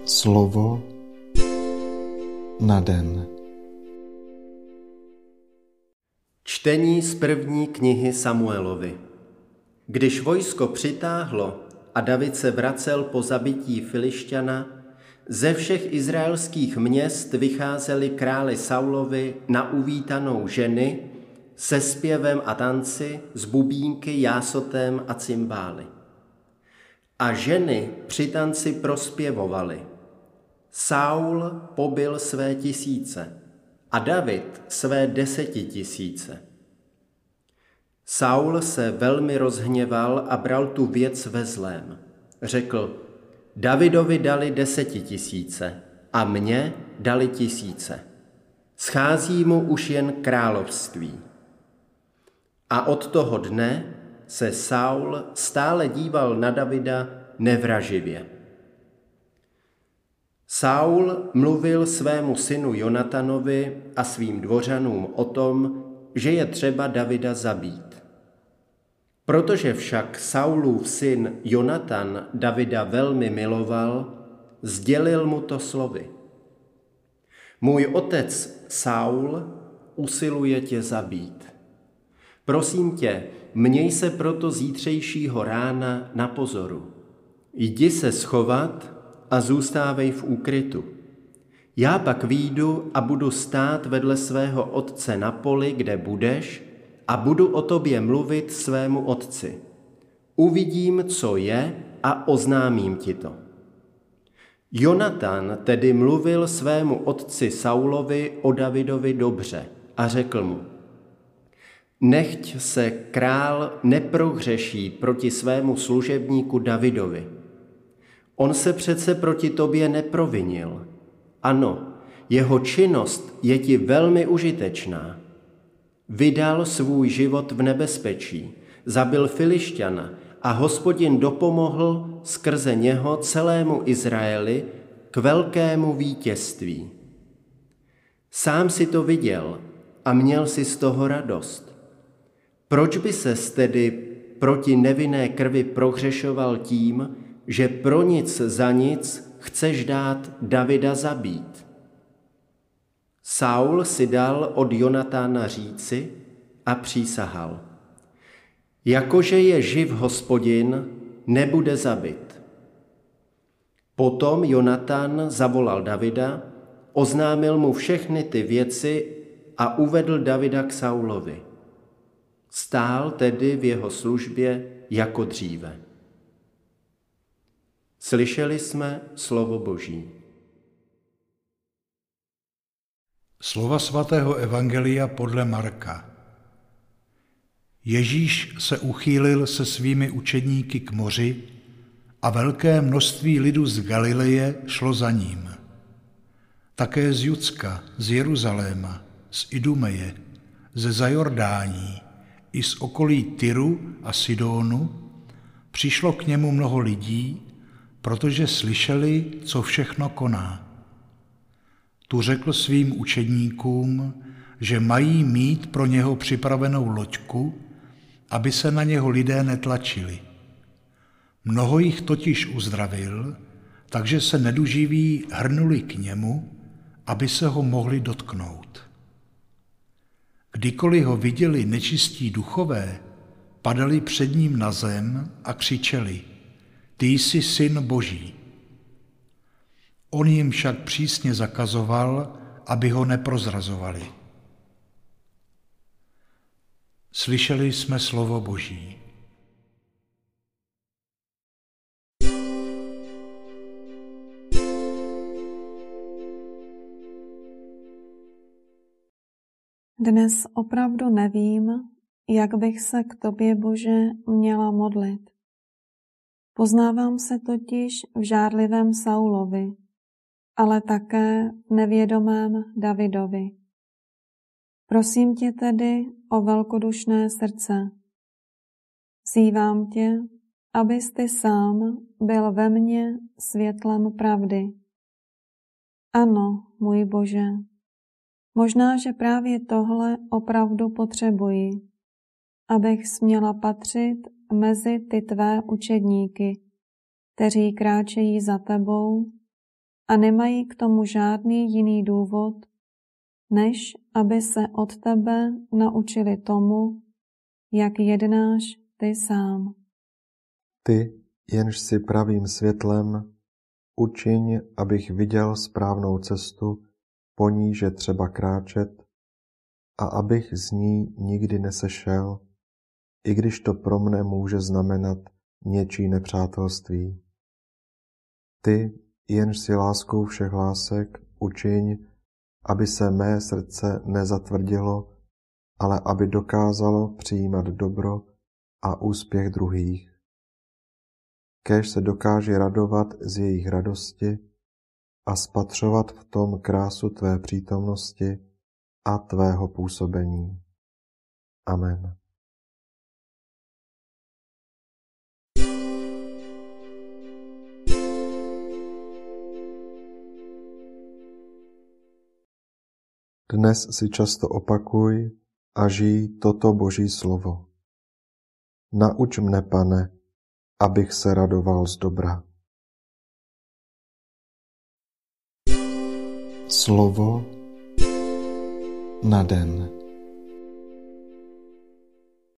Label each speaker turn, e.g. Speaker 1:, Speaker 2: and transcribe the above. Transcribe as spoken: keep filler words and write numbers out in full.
Speaker 1: Slovo na den.
Speaker 2: Čtení z první knihy Samuelovi. Když vojsko přitáhlo a David se vracel po zabití Filišťana, ze všech izraelských měst vycházeli králi Saulovi na uvítanou ženy se zpěvem a tanci, s bubínky, jásotem a cymbály. A ženy při tanci prospěvovaly: Saul pobil své tisíce a David své desetitisíce. Saul se velmi rozhněval a bral tu věc ve zlém. Řekl: Davidovi dali desetitisíce a mně dali tisíce. Schází mu už jen království. A od toho dne se Saul stále díval na Davida nevraživě. Saul mluvil svému synu Jonatanovi a svým dvořanům o tom, že je třeba Davida zabít. Protože však Saulův syn Jonatan Davida velmi miloval, sdělil mu to slovy: Můj otec Saul usiluje tě zabít. Prosím tě, měj se proto zítřejšího rána na pozoru. Jdi se schovat a zůstávej v úkrytu. Já pak vyjdu a budu stát vedle svého otce na poli, kde budeš, a budu o tobě mluvit svému otci. Uvidím, co je, a oznámím ti to. Jonatan tedy mluvil svému otci Saulovi o Davidovi dobře a řekl mu: Nechť se král neprohřeší proti svému služebníku Davidovi. On se přece proti tobě neprovinil. Ano, jeho činnost je ti velmi užitečná. Vydal svůj život v nebezpečí, zabil Filišťana a Hospodin dopomohl skrze něho celému Izraeli k velkému vítězství. Sám si to viděl a měl si z toho radost. Proč by ses tedy proti nevinné krvi prohřešoval tím, že pro nic za nic chceš dát Davida zabít? Saul si dal od Jonatána říci a přísahal: Jakože je živ Hospodin, nebude zabit. Potom Jonatán zavolal Davida, oznámil mu všechny ty věci a uvedl Davida k Saulovi. Stál tedy v jeho službě jako dříve. Slyšeli jsme slovo Boží.
Speaker 3: Slova svatého evangelia podle Marka. Ježíš se uchýlil se svými učedníky k moři a velké množství lidu z Galileje šlo za ním. Také z Judska, z Jeruzaléma, z Idumeje, ze Zajordání i z okolí Tyru a Sidónu přišlo k němu mnoho lidí, protože slyšeli, co všechno koná. Tu řekl svým učedníkům, že mají mít pro něho připravenou loďku, aby se na něho lidé netlačili. Mnoho jich totiž uzdravil, takže se neduživí hrnuli k němu, aby se ho mohli dotknout. Kdykoliv ho viděli nečistí duchové, padali před ním na zem a křičeli: Ty jsi syn Boží. On jim však přísně zakazoval, aby ho neprozrazovali. Slyšeli jsme slovo Boží.
Speaker 4: Dnes opravdu nevím, jak bych se k tobě, Bože, měla modlit. Poznávám se totiž v žárlivém Saulovi, ale také v nevědomém Davidovi. Prosím tě tedy o velkodušné srdce. Vzývám tě, abys ty sám byl ve mně světlem pravdy. Ano, můj Bože, možná, že právě tohle opravdu potřebuji, abych směla patřit mezi ty tvé učedníky, kteří kráčejí za tebou a nemají k tomu žádný jiný důvod, než aby se od tebe naučili tomu, jak jednáš ty sám.
Speaker 1: Ty, jenž jsi pravým světlem, učiň, abych viděl správnou cestu, po níž je třeba kráčet, a abych z ní nikdy nesešel, i když to pro mne může znamenat něčí nepřátelství. Ty, jenž si láskou všech lásek, učiň, aby se mé srdce nezatvrdilo, ale aby dokázalo přijímat dobro a úspěch druhých. Kéž se dokáže radovat z jejich radosti a spatřovat v tom krásu tvé přítomnosti a tvého působení. Amen. Dnes si často opakuj a žij toto Boží slovo. Nauč mne, Pane, abych se radoval z dobra.
Speaker 2: Slovo na den.